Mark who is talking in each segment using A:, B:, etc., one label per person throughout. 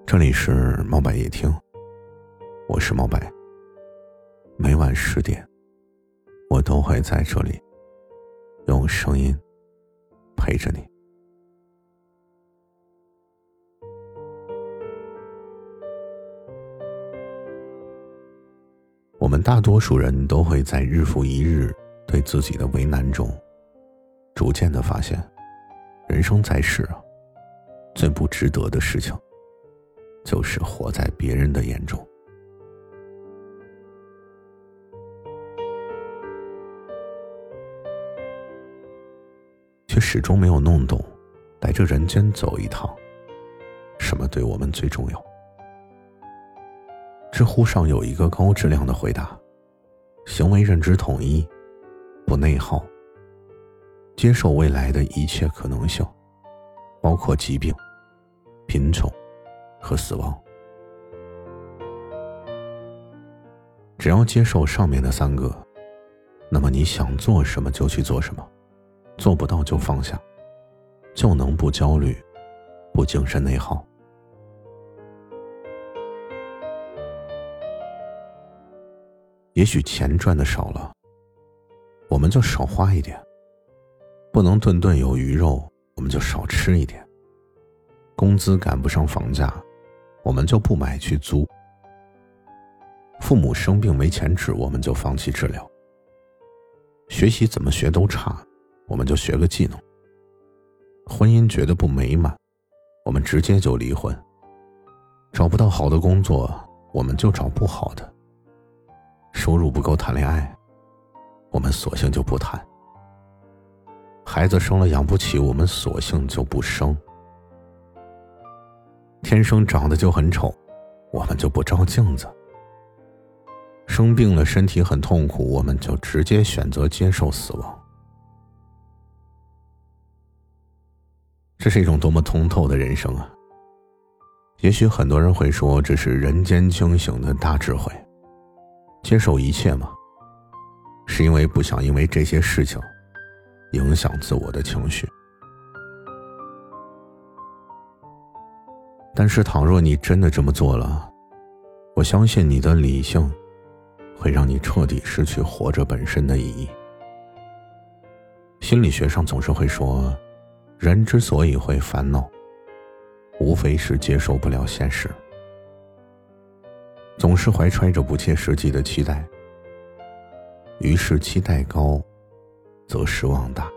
A: 这里是猫白夜听，我是猫白。每晚10点，我都会在这里用声音陪着你。我们大多数人都会在日复一日对自己的为难中，逐渐地发现，人生在世最不值得的事情，就是活在别人的眼中。却始终没有弄懂，来这人间走一趟，什么对我们最重要？知乎上有一个高质量的回答：行为认知统一，不内耗，接受未来的一切可能性，包括疾病、贫穷和死亡。只要接受上面的3个，那么你想做什么就去做什么，做不到就放下，就能不焦虑，不精神内耗。也许钱赚的少了，我们就少花一点；不能顿顿有鱼肉，我们就少吃一点；工资赶不上房价，我们就不买去租；父母生病没钱治，我们就放弃治疗；学习怎么学都差，我们就学个技能；婚姻觉得不美满，我们直接就离婚；找不到好的工作，我们就找不好的；收入不够谈恋爱，我们索性就不谈；孩子生了养不起，我们索性就不生；天生长得就很丑，我们就不照镜子；生病了身体很痛苦，我们就直接选择接受死亡。这是一种多么通透的人生啊！也许很多人会说，这是人间清醒的大智慧。接受一切嘛，是因为不想因为这些事情影响自我的情绪。但是倘若你真的这么做了，我相信你的理性会让你彻底失去活着本身的意义。心理学上总是会说，人之所以会烦恼，无非是接受不了现实，总是怀揣着不切实际的期待，于是期待高，则失望大。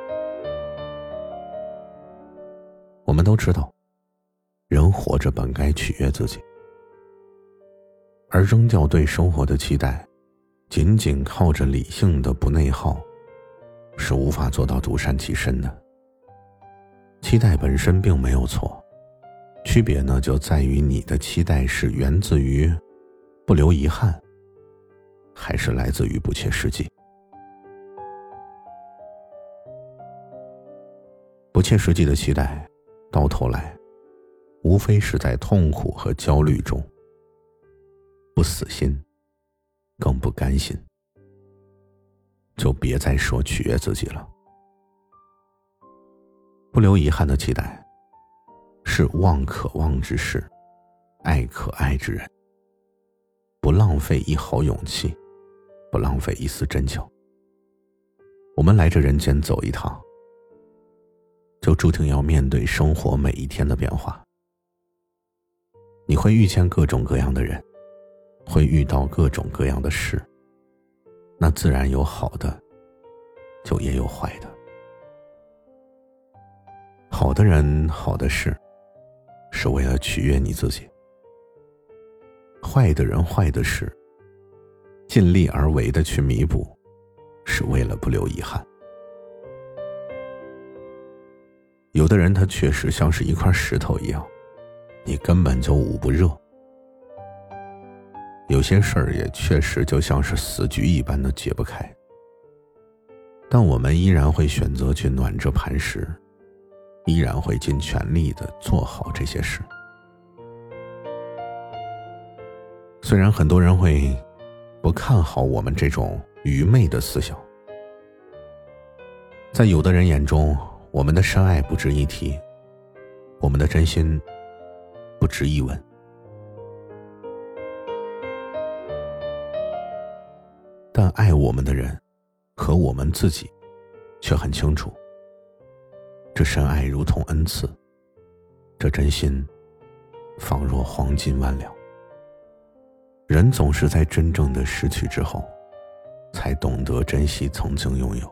A: 我们都知道，人活着本该取悦自己，而扔掉对生活的期待，仅仅靠着理性的不内耗，是无法做到独善其身的。期待本身并没有错，区别呢就在于你的期待是源自于不留遗憾，还是来自于不切实际。不切实际的期待，到头来无非是在痛苦和焦虑中不死心，更不甘心。就别再说取悦自己了。不留遗憾的期待，是望可望之事，爱可爱之人。不浪费一毫勇气，不浪费一丝真情。我们来这人间走一趟，就注定要面对生活每一天的变化。你会遇见各种各样的人，会遇到各种各样的事，那自然有好的，就也有坏的。好的人，好的事，是为了取悦你自己；坏的人，坏的事，尽力而为的去弥补，是为了不留遗憾。有的人他确实像是一块石头一样，你根本就捂不热；有些事儿也确实就像是死局一般的解不开，但我们依然会选择去暖着磐石，依然会尽全力的做好这些事。虽然很多人会不看好我们这种愚昧的思想，在有的人眼中，我们的深爱不值一提，我们的真心不值一文。但爱我们的人和我们自己却很清楚，这深爱如同恩赐，这真心仿若黄金万两。人总是在真正的失去之后，才懂得珍惜曾经拥有。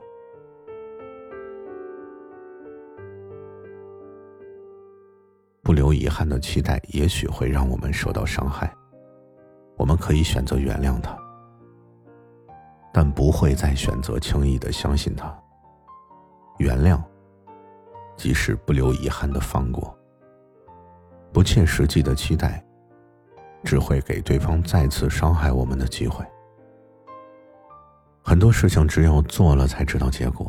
A: 不留遗憾的期待也许会让我们受到伤害，我们可以选择原谅他，但不会再选择轻易地相信他。原谅即是不留遗憾的放过，不切实际的期待只会给对方再次伤害我们的机会。很多事情只有做了才知道结果，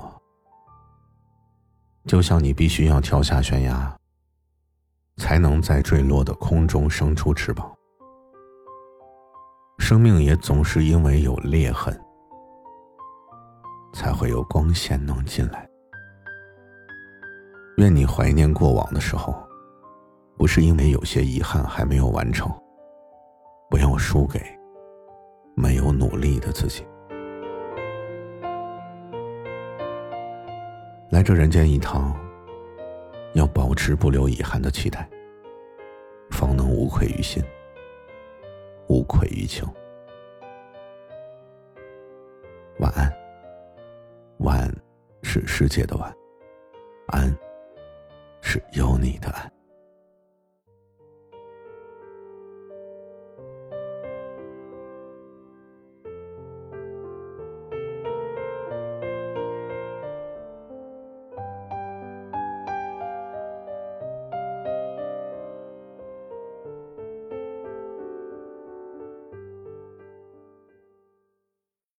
A: 就像你必须要跳下悬崖，才能在坠落的空中生出翅膀。生命也总是因为有裂痕，才会有光线能进来。愿你怀念过往的时候，不是因为有些遗憾还没有完成，不要输给没有努力的自己。来这人间一趟，要保持不留遗憾的期待，方能无愧于心，无愧于情。晚安。晚是世界的晚，安是有你的安。